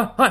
はい。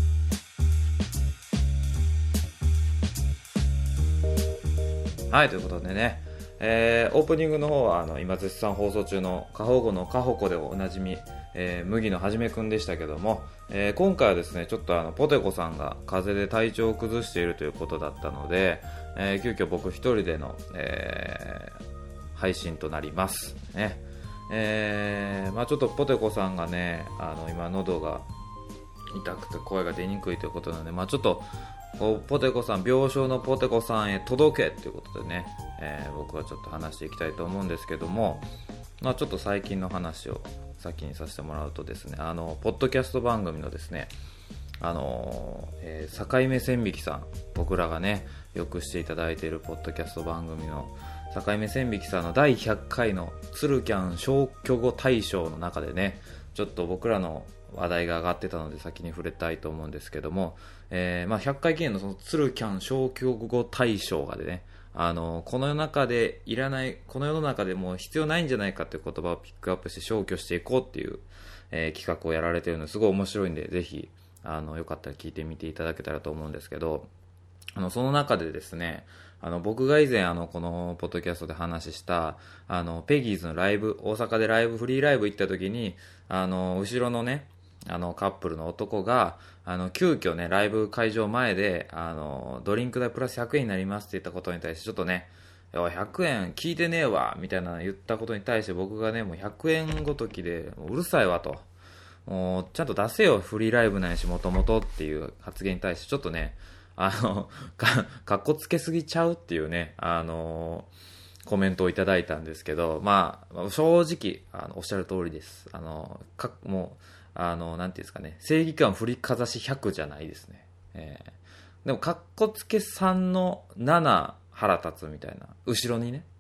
はい、ということでね、オープニングの方は今絶賛放送中の過保護のかほこでおなじみ、麦のはじめくんでしたけども、今回はですねちょっとポテコさんが風邪で体調を崩しているということだったので、急遽僕一人での、配信となりますね。ちょっとポテコさんがね今喉が痛くて声が出にくいということなので、ちょっとポテコさん、病床のポテコさんへ届けということでね、僕はちょっと話していきたいと思うんですけども、ちょっと最近の話を先にさせてもらうとですね、ポッドキャスト番組のですね、境目線引きさん、僕らがねよくしていただいているポッドキャスト番組の境目線引きさんの第100回のツルキャン消去後大賞の中でね、ちょっと僕らの話題が上がってたので先に触れたいと思うんですけども、100回記念のそのツルキャン消去後大賞がでね、この世の中でいらない、この世の中でもう必要ないんじゃないかという言葉をピックアップして消去していこうっていう、企画をやられているのですごい面白いんで、ぜひよかったら聞いてみていただけたらと思うんですけど、その中でですね、僕が以前このポッドキャストで話したペギーズのライブ、大阪でフリーライブ行った時に後ろのねカップルの男が急遽ねライブ会場前でドリンク代プラス100円になりますって言ったことに対してちょっとね、100円聞いてねえわみたいな言ったことに対して僕がねもう100円ごときでうるさいわと、もうちゃんと出せよフリーライブないしもともとっていう発言に対してちょっとねかっこつけすぎちゃうっていうね、コメントをいただいたんですけど、正直、おっしゃる通りです。もう、なんていうんですかね、正義感振りかざし100じゃないですね。でも、かっこつけ3の7腹立つみたいな、後ろにね、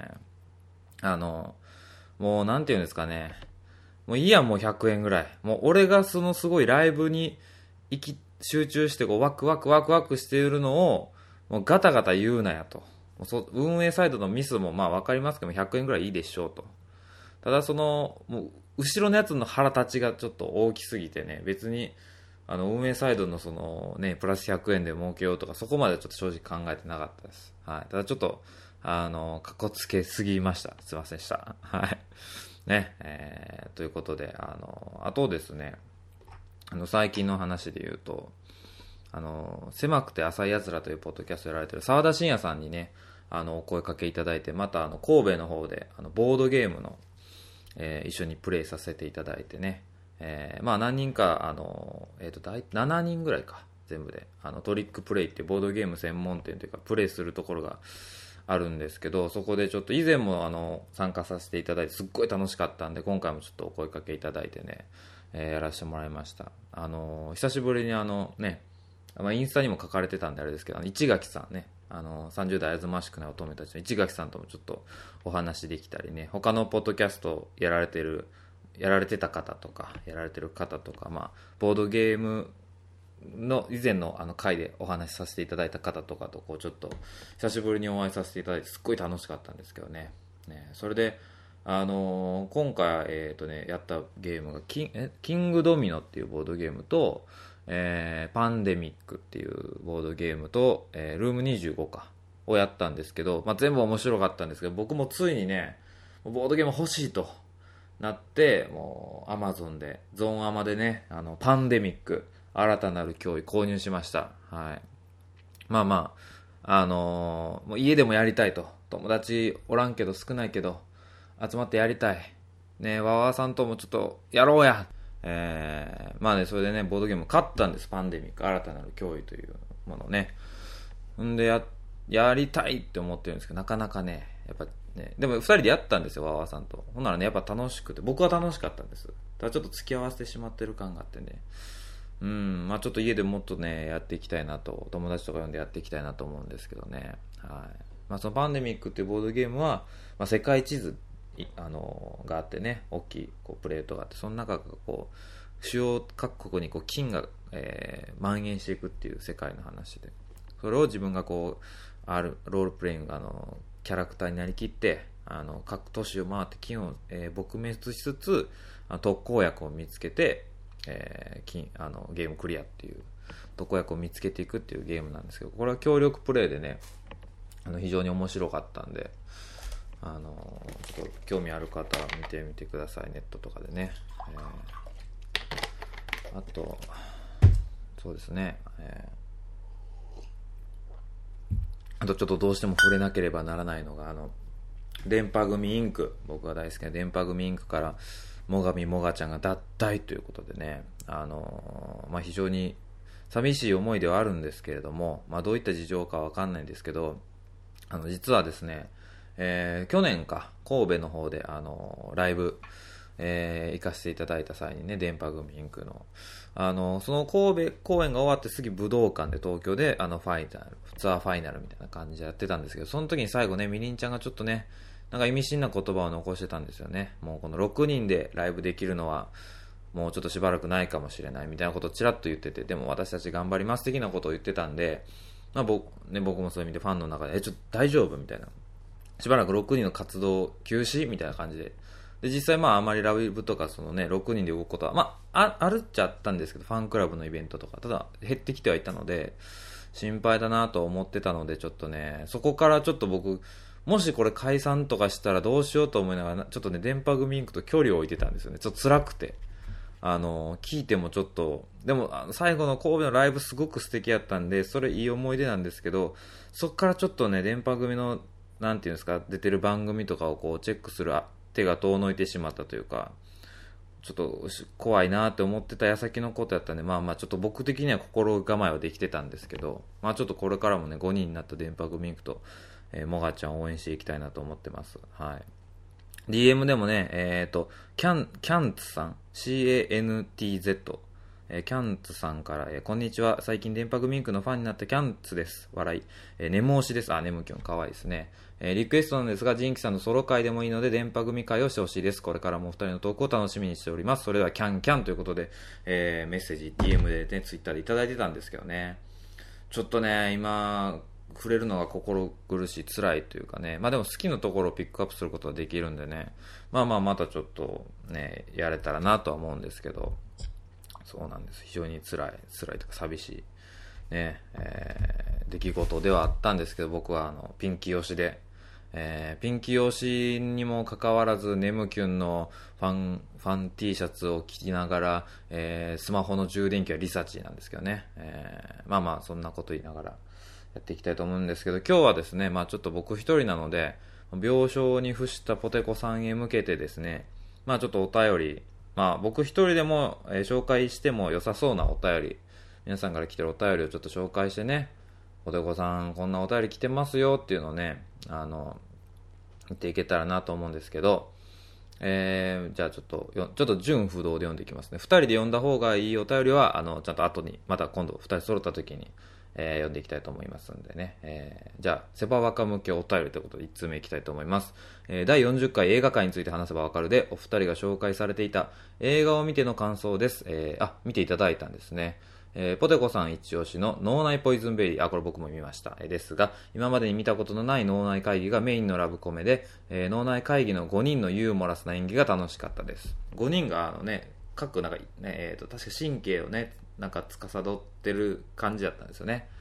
もう、なんていうんですかね、もういいやん、もう100円ぐらい。もう、俺がそのすごいライブに集中してこうワクワクしているのをもうガタガタ言うなやと。運営サイドのミスも分かりますけど100円ぐらいいいでしょうと。ただもう後ろのやつの腹立ちがちょっと大きすぎてね、別に運営サイドのプラス100円で儲けようとかそこまでちょっと正直考えてなかったです。はい。ただちょっとかっこつけすぎました。すいませんでした。はい。ね、ということであとですね、最近の話で言うと、狭くて浅いやつらというポッドキャストをやられている沢田信也さんにね、お声かけいただいて、また神戸の方でボードゲームの、一緒にプレイさせていただいてね、何人か7人ぐらいか全部でトリックプレイっていうボードゲーム専門店というかプレイするところがあるんですけど、そこでちょっと以前も参加させていただいてすっごい楽しかったんで、今回もちょっとお声かけいただいてね、やらせてもらいました。久しぶりにね、インスタにも書かれてたんであれですけど、市垣さんね、30代あずましくない乙女たちの市垣さんともちょっとお話できたりね、他のポッドキャストやられてた方とか、やられてる方とか、ボードゲームの以前の回でお話しさせていただいた方とかとこうちょっと久しぶりにお会いさせていただいてすっごい楽しかったんですけどね。それで今回、やったゲームがキングドミノっていうボードゲームと、パンデミックっていうボードゲームと、ルーム25かをやったんですけど、全部面白かったんですけど、僕もついにねボードゲーム欲しいとなって、もうアマゾンでゾーンアマでねパンデミック新たなる脅威購入しました。はい。もう家でもやりたいと、友達おらんけど少ないけど集まってやりたいね、わわさんともちょっとやろうや。それでねボードゲーム買ったんです。パンデミック新たなる脅威というものをね。んでやりたいって思ってるんですけど、なかなかねやっぱね、でも2人でやったんですよ、わわさんと。ほんならねやっぱ楽しくて、僕は楽しかったんです。ただちょっと付き合わせてしまってる感があってね、ちょっと家でもっとねやっていきたいなと、友達とか呼んでやっていきたいなと思うんですけどね。はい。そのパンデミックっていうボードゲームは、世界地図があってね、大きいプレートがあって、その中が主要各国に金が、蔓延していくっていう世界の話で、それを自分がロールプレイングキャラクターになりきって各都市を回って金を、撲滅しつつ特効薬を見つけて、ゲームクリアっていう特効薬を見つけていくっていうゲームなんですけど、これは協力プレイでね非常に面白かったんでちょっと興味ある方は見てみてください、ネットとかでね。あとそうですね、あとちょっとどうしても触れなければならないのが電波組インク、僕が大好きな電波組インクから最上もがちゃんが脱退ということでね、非常に寂しい思いではあるんですけれども、どういった事情かわかんないんですけど、実はですね、去年か神戸の方でライブ、行かせていただいた際にね、電波組インクのその神戸公演が終わって次武道館で東京でファイナルツアーファイナルみたいな感じでやってたんですけど、その時に最後ね、みりんちゃんがちょっとね、なんか意味深な言葉を残してたんですよね。もうこの6人でライブできるのはもうちょっとしばらくないかもしれないみたいなことをちらっと言ってて、でも私たち頑張ります的なことを言ってたんで、僕もそういう意味でファンの中でちょっと大丈夫みたいな、しばらく6人の活動休止みたいな感じで、実際あまりライブとかそのね6人で動くことはあるっちゃあったんですけど、ファンクラブのイベントとかただ減ってきてはいたので心配だなと思ってたので、ちょっとねそこからちょっと僕もしこれ解散とかしたらどうしようと思いながらちょっとね電波組インクと距離を置いてたんですよね。ちょっと辛くて聞いてもちょっと、でも最後の神戸のライブすごく素敵やったんでそれいい思い出なんですけど、そこからちょっとね電波組のなんていうんですか、出てる番組とかをこうチェックする手が遠のいてしまったというか、ちょっと怖いなって思ってた矢先のことやったんで、ちょっと僕的には心構えはできてたんですけど、ちょっとこれからもね5人になった電波組インクと、もがちゃんを応援していきたいなと思ってます。はい。DM でもね、キャンツさん CANTZ、キャンツさんから、こんにちは。最近電波組インクのファンになったキャンツです。笑い。ネム推しです。ネムキュンかわいいですね。リクエストなんですが、ジンキさんのソロ会でもいいので電波組会をしてほしいです。これからもお二人のトークを楽しみにしております。それではキャンキャンということで、メッセージ DM でね、ツイッターでいただいてたんですけどね、ちょっとね今触れるのが心苦しい、辛いというかね、でも好きなところをピックアップすることはできるんでね、またちょっとねやれたらなとは思うんですけど、そうなんです。非常に辛いというか寂しいね、出来事ではあったんですけど、僕はピンキー推しで、ピンキー推しにもかかわらずネムキュンのファン T シャツを着ながら、スマホの充電器はリサチなんですけどね、そんなこと言いながらやっていきたいと思うんですけど、今日はですね、ちょっと僕一人なので病床に伏したポテコさんへ向けてですね、ちょっとお便り、僕一人でも、紹介しても良さそうなお便り、皆さんから来てるお便りをちょっと紹介してね、ポテコさんこんなお便り来てますよっていうのをね言っていけたらなと思うんですけど、じゃあちょっと順不動で読んでいきますね。2人で読んだ方がいいお便りはちゃんと後にまた今度2人揃った時に、読んでいきたいと思いますんでね、じゃあセバワカ向けお便りということで1通目いきたいと思います。第40回映画界について話せばわかるでお二人が紹介されていた映画を見ての感想です。見ていただいたんですね。ポテコさん一押しの脳内ポイズンベリー、これ僕も見ました。ですが、今までに見たことのない脳内会議がメインのラブコメで、脳内会議の5人のユーモラスな演技が楽しかったです。5人が各確か神経をね、司ってる感じだったんですよね。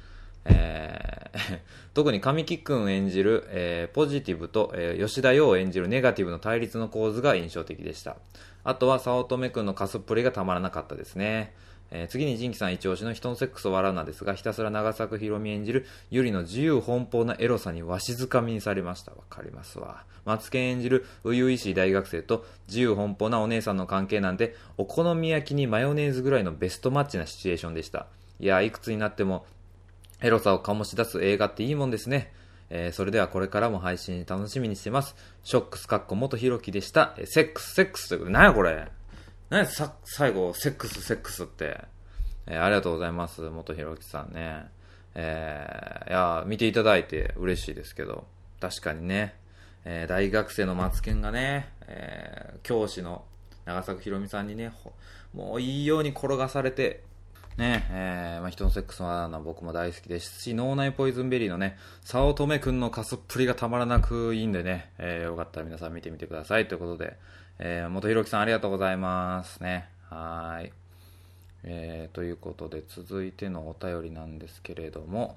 特に神木くん演じる、ポジティブと、吉田洋演じるネガティブの対立の構図が印象的でした。あとは早乙女くんのカスプレがたまらなかったですね。次にジンキさん一押しの人のセックスを笑うなですが、ひたすら長作ひろみ演じるゆりの自由奔放なエロさにわしづかみにされました。わかりますわ。松健演じる初々しい大学生と自由奔放なお姉さんの関係なんて、お好み焼きにマヨネーズぐらいのベストマッチなシチュエーションでした。いや、いくつになってもエロさを醸し出す映画っていいもんですね。それではこれからも配信楽しみにしてます。ショックス元ひろきでした。セックスということで、何やこれ、何や最後セックスって、ありがとうございます、元ひろきさんね。いや見ていただいて嬉しいですけど、確かにね、大学生のマツケンがね、教師の長作ひろみさんにね、もういいように転がされてね、人のセックスは僕も大好きですし、脳内ポイズンベリーのね、早乙女くんのカスっぷりがたまらなくいいんでね、よかったら皆さん見てみてくださいということで、元ひろきさんありがとうございますね。はい。ということで続いてのお便りなんですけれども、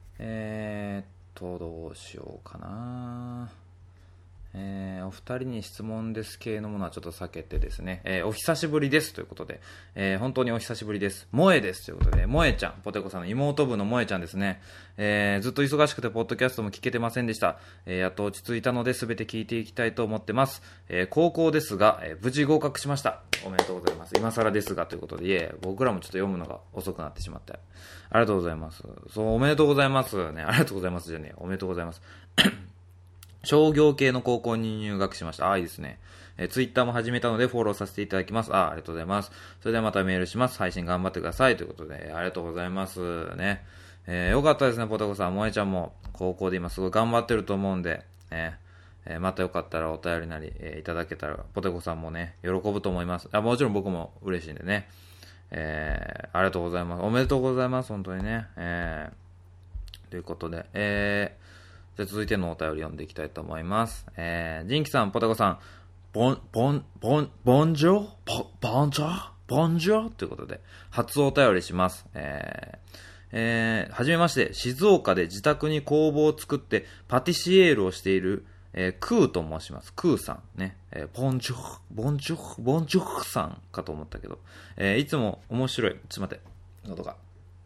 どうしようかな。お二人に質問です系のものはちょっと避けてですね、お久しぶりですということで、本当にお久しぶりです。萌えですということで、萌えちゃん、ポテコさんの妹分の萌えちゃんですね。ずっと忙しくてポッドキャストも聞けてませんでした。やっと落ち着いたので全て聞いていきたいと思ってます。高校ですが、無事合格しました。おめでとうございます。今更ですがということで、僕らもちょっと読むのが遅くなってしまって。ありがとうございます。そう、おめでとうございますね。ありがとうございますじゃねえ。おめでとうございます。商業系の高校に入学しました。いいですね。ツイッターも始めたのでフォローさせていただきます。ありがとうございます。それではまたメールします。配信頑張ってください。ということで、ありがとうございます。ね。よかったですね、ポテコさん。萌えちゃんも高校で今すごい頑張ってると思うんで、またよかったらお便りなり、いただけたら、ポテコさんもね、喜ぶと思います。もちろん僕も嬉しいんでね。ありがとうございます。おめでとうございます。本当にね。ということで、じゃあ続いてのお便り読んでいきたいと思います。ジンキさん、ポテコさん、ボンジョーということで、初お便りします。はじめまして、静岡で自宅に工房を作ってパティシエールをしている、クーと申します。クーさんね。ボンジョーさんかと思ったけど、いつも面白い。ちょっと待って。喉が。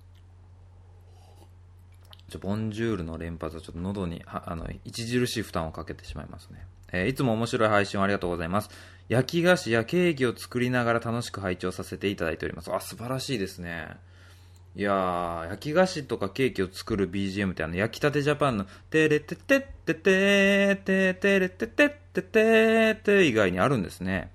ボンジュールの連発はちょっと喉に著しい負担をかけてしまいますね。いつも面白い配信をありがとうございます。焼き菓子やケーキを作りながら楽しく拝聴させていただいております。素晴らしいですね。いやー、焼き菓子とかケーキを作る BGM って焼きたてジャパンのテレテテテテテテレテテテテテ以外にあるんですね。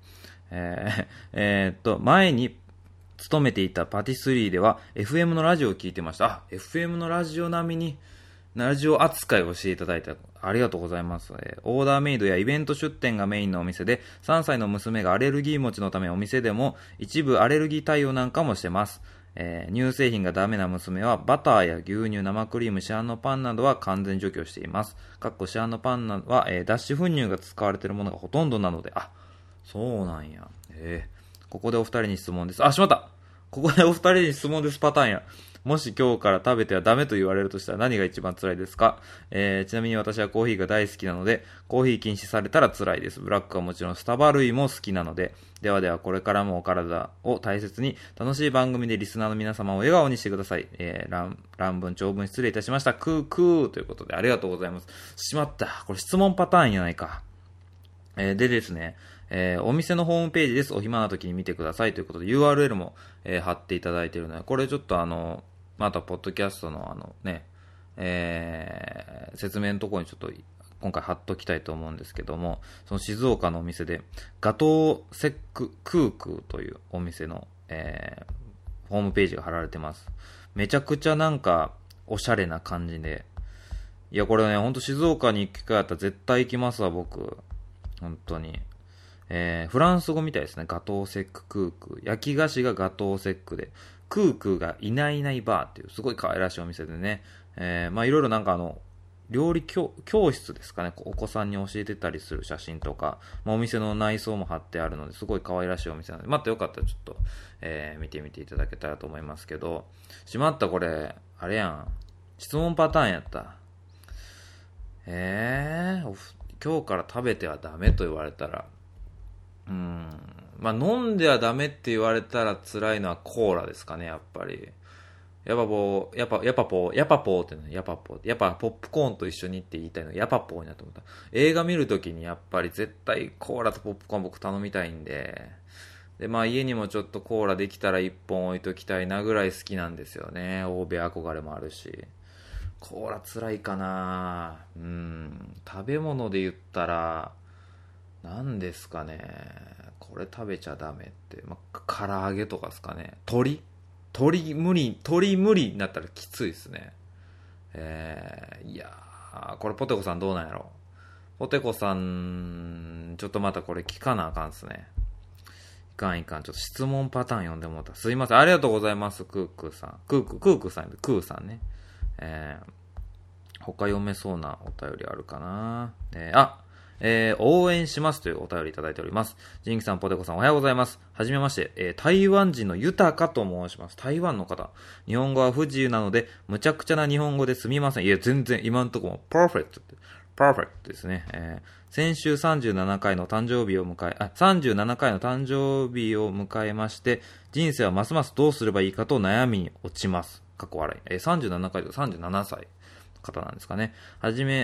前に勤めていたパティスリーでは FM のラジオを聞いてました。FM のラジオ並みにラジオ扱いをしていただいてありがとうございます。オーダーメイドやイベント出店がメインのお店で、3歳の娘がアレルギー持ちのためお店でも一部アレルギー対応なんかもしてます。乳製品がダメな娘はバターや牛乳、生クリーム、市販のパンなどは完全除去しています。市販のパンは、脱脂粉乳が使われているものがほとんどなので、そうなんや。ここでお二人に質問です。しまった。ここでお二人に質問ですパターンや。もし今日から食べてはダメと言われるとしたら何が一番辛いですか？ちなみに私はコーヒーが大好きなので、コーヒー禁止されたら辛いです。ブラックはもちろんスタバ類も好きなので、ではではこれからもお体を大切に楽しい番組でリスナーの皆様を笑顔にしてください。乱文長文失礼いたしました。クーということでありがとうございます。しまった。これ質問パターンやないか。でですね、お店のホームページです。お暇な時に見てくださいということで URL も、貼っていただいているので、これちょっとまたポッドキャストの説明のところにちょっと今回貼っときたいと思うんですけども、その静岡のお店でガトーセッククークというお店の、ホームページが貼られてます。めちゃくちゃなんかおしゃれな感じで、いやこれね、ほんと静岡に行く機会あったら絶対行きますわ僕。本当に。フランス語みたいですね。ガトーセッククーク。焼き菓子がガトーセックで、クークがいないいないバーっていうすごい可愛らしいお店でね。いろいろなんか料理教室ですかね。お子さんに教えてたりする写真とか、お店の内装も貼ってあるので、すごい可愛らしいお店なので、またよかったらちょっと、見てみていただけたらと思いますけど、しまったこれ、あれやん。質問パターンやった。今日から食べてはダメと言われたら、飲んではダメって言われたら辛いのはコーラですかね、やっぱり。やっぱポーってね、やっぱポップコーンと一緒にって言いたいの、やっぱポーになって思った。映画見るときにやっぱり絶対コーラとポップコーン僕頼みたいんで、家にもちょっとコーラできたら1本置いときたいなぐらい好きなんですよね。欧米憧れもあるし。コーラ辛いかな。食べ物で言ったら何ですかね。これ食べちゃダメって、唐揚げとかですかね。鶏無理になったらきついですね。いやー、これポテコさんどうなんやろ。ポテコさんちょっとまたこれ聞かなあかんっすね。 いかん。ちょっと質問パターン読んでもらった。すいません。ありがとうございます。クークさん。クークさん、クーさんね。他読めそうなお便りあるかな。応援しますというお便りいただいております。ジンキさん、ポテコさん、おはようございます。はじめまして、台湾人の豊かと申します。台湾の方。日本語は不自由なので、むちゃくちゃな日本語ですみません。いや、全然、今んとこも、パーフェクトですね。先週37回の誕生日を迎え、37回の誕生日を迎えまして、人生はますますどうすればいいかと悩みに落ちます。過去笑い。37回と37歳の方なんですかね。初め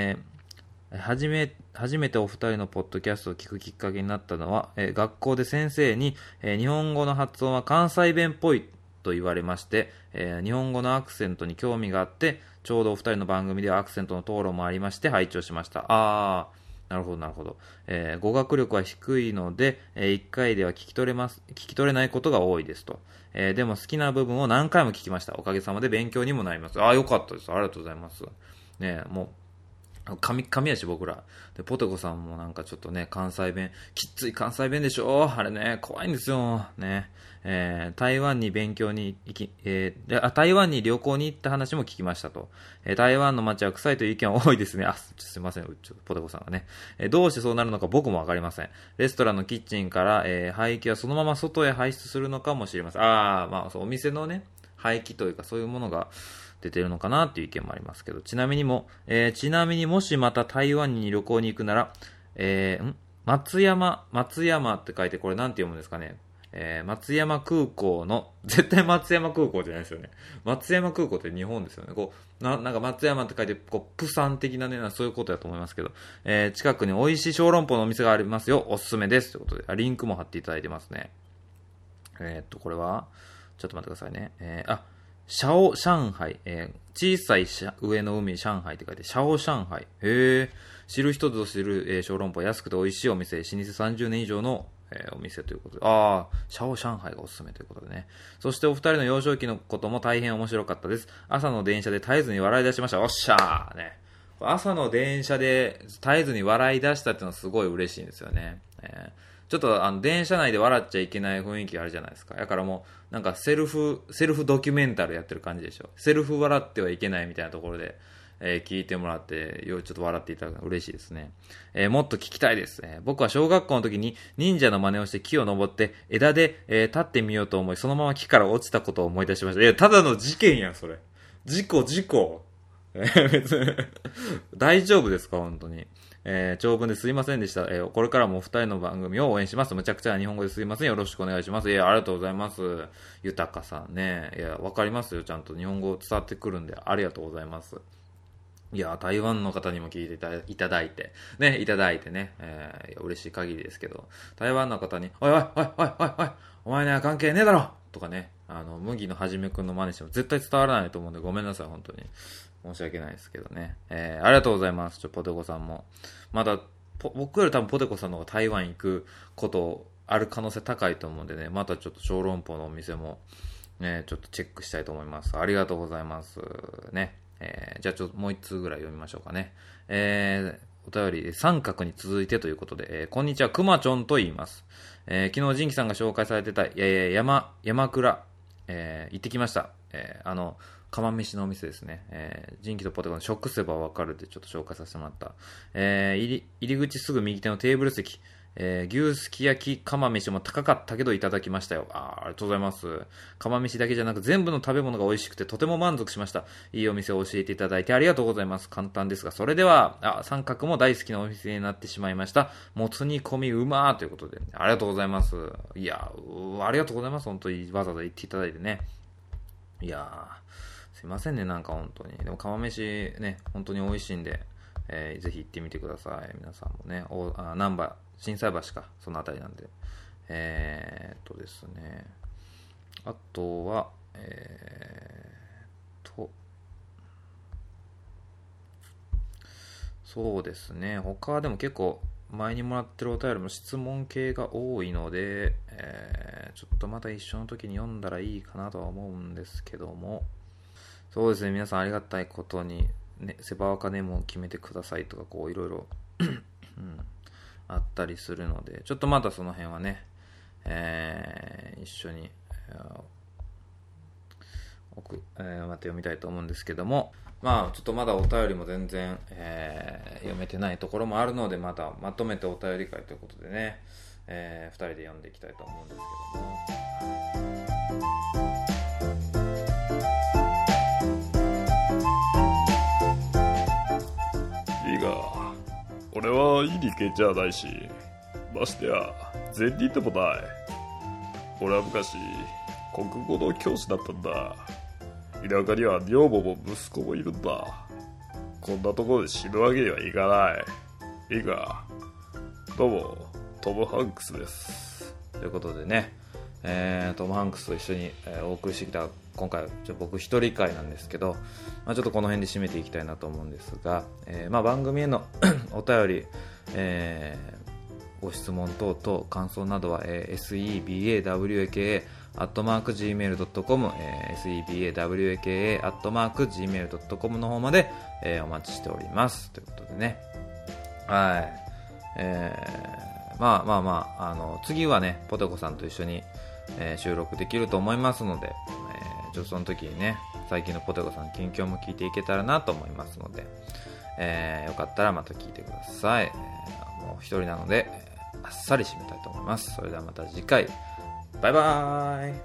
てお二人のポッドキャストを聞くきっかけになったのは、学校で先生に、日本語の発音は関西弁っぽいと言われまして、日本語のアクセントに興味があって、ちょうどお二人の番組ではアクセントの討論もありまして拝聴しました。なるほど。語学力は低いので、1回では聞き取れないことが多いですと。でも好きな部分を何回も聞きました。おかげさまで勉強にもなります。よかったです。ありがとうございます。ね、もう、神やし僕ら。で、ポテコさんもなんかちょっとね、関西弁、きつい関西弁でしょあれね、怖いんですよ。ね。台湾に旅行に行った話も聞きましたと。台湾の街は臭いという意見は多いですね。すいません、ポテコさんがね。どうしてそうなるのか僕もわかりません。レストランのキッチンから、排気はそのまま外へ排出するのかもしれません。お店のね、排気というかそういうものが、出てるのかなっていう意見もありますけど、ちなみにもしまた台湾に旅行に行くなら、松山って書いてこれなんて読むんですかね。松山空港の、絶対松山空港じゃないですよね。松山空港って日本ですよね。なんか松山って書いて、プサン的なね、そういうことだと思いますけど、近くに美味しい小籠包のお店がありますよ。おすすめです。ということで、リンクも貼っていただいてますね。これは、ちょっと待ってくださいね。上海、小さい上の海、上海って書いて、上海。知る人ぞ知る、小籠包、安くて美味しいお店、老舗30年以上の、お店ということで、上海がおすすめということでね。そしてお二人の幼少期のことも大変面白かったです。朝の電車で絶えずに笑い出しました。おっしゃーね。朝の電車で絶えずに笑い出したっていうのはすごい嬉しいんですよね。ちょっと電車内で笑っちゃいけない雰囲気あるじゃないですか。だからもうなんかセルフドキュメンタルやってる感じでしょ。セルフ笑ってはいけないみたいなところで、聞いてもらってちょっと笑っていただくの嬉しいですね。もっと聞きたいです。僕は小学校の時に忍者の真似をして木を登って枝で、立ってみようと思い、そのまま木から落ちたことを思い出しました。ただの事件やんそれ。事故。別に大丈夫ですか本当に。長文ですいませんでした。これからもお二人の番組を応援します。むちゃくちゃな日本語ですいません。よろしくお願いします。ありがとうございます。豊かさんね。わかりますよ。ちゃんと日本語伝わってくるんで、ありがとうございます。台湾の方にも聞いていただいてね、嬉しい限りですけど、台湾の方に、おい、お前には関係ねえだろとかね、麦のはじめくんの真似しても絶対伝わらないと思うんで、ごめんなさい、本当に。申し訳ないですけどね。ありがとうございます。ポテコさんも。まだ、僕より多分ポテコさんの方が台湾行くことある可能性高いと思うんでね、またちょっと小籠包のお店も、ね、ちょっとチェックしたいと思います。ありがとうございます。ね。じゃあもう一通ぐらい読みましょうかね。お便り、三角に続いてということで、こんにちは、くまちょんと言います。昨日、ジンキさんが紹介されてた、山倉、行ってきました。釜飯のお店ですね。ジンキとポテコの食せばわかるでちょっと紹介させてもらった。入り口すぐ右手のテーブル席、牛すき焼き釜飯も高かったけどいただきましたよ。ありがとうございます。釜飯だけじゃなく全部の食べ物が美味しくてとても満足しました。いいお店を教えていただいてありがとうございます。簡単ですが、それでは、三角も大好きなお店になってしまいました。もつ煮込みうまーということで、ありがとうございます。ありがとうございます。本当にわざわざ言っていただいてね。すいませんね、なんか本当に。でも釜飯ね、本当に美味しいんで、ぜひ行ってみてください。皆さんもね、難波、心斎橋か、そのあたりなんで。ですね。あとは、そうですね。他はでも結構、前にもらってるお便りも質問系が多いので、ちょっとまた一緒の時に読んだらいいかなとは思うんですけども、そうですね、皆さんありがたいことに、ね、セバワカネームを決めてくださいとか、いろいろあったりするので、ちょっとまたその辺はね、 一緒に、また読みたいと思うんですけども、まあちょっとまだお便りも全然、読めてないところもあるので、またまとめてお便り会ということでね、2人で読んでいきたいと思うんですけども、 いいが、俺はいい理系じゃないし、ましてや善人でもない。俺は昔国語の教師だったんだ。田舎には女房も息子もいるんだ。こんなところで死ぬわけにはいかない。いいが、どうもトム・ハンクスです。 ということでね、トム・ハンクスと一緒に、お送りしてきた今回僕一人会なんですけど、ちょっとこの辺で締めていきたいなと思うんですが、番組へのお便り、ご質問等々感想などは、sebawaka@gmail.com、sebawaka@gmail.com の方まで、お待ちしておりますということでね。はい。次はねポテコさんと一緒に、収録できると思いますので、ちょっとその時にね最近のポテコさん近況も聞いていけたらなと思いますので、よかったらまた聞いてください。もう一人なので、あっさり締めたいと思います。それではまた次回、バイバーイ。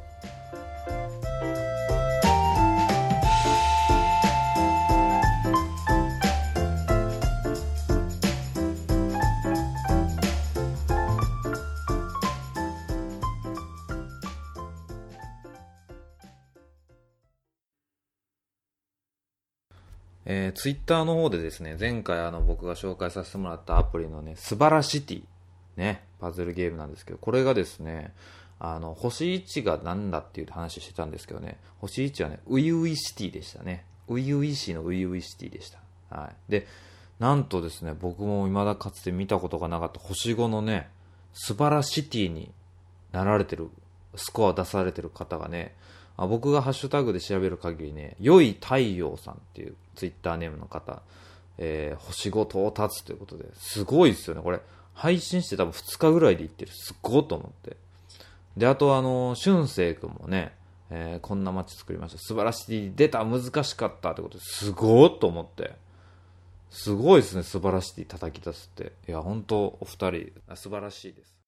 ツイッターの方でですね、前回僕が紹介させてもらったアプリのね、スバラシティね、パズルゲームなんですけど、これがですね、星1がなんだっていう話してたんですけどね、星1はね、ウイウイシティでしたね。ウイウイ市のウイウイシティでした。はい。で、なんとですね、僕も未だかつて見たことがなかった星5のね、スバラシティになられてる、スコア出されてる方がね、僕がハッシュタグで調べる限りね、良い太陽さんっていうツイッターネームの方、星5到達ということで、すごいですよね、これ。配信して多分2日ぐらいでいってる。すっごいと思って。で、あと俊生くんもね、こんな街作りました。素晴らしい。出た、難しかったってことですごいと思って。すごいですね、素晴らしい叩き出すって。いや、本当お二人、素晴らしいです。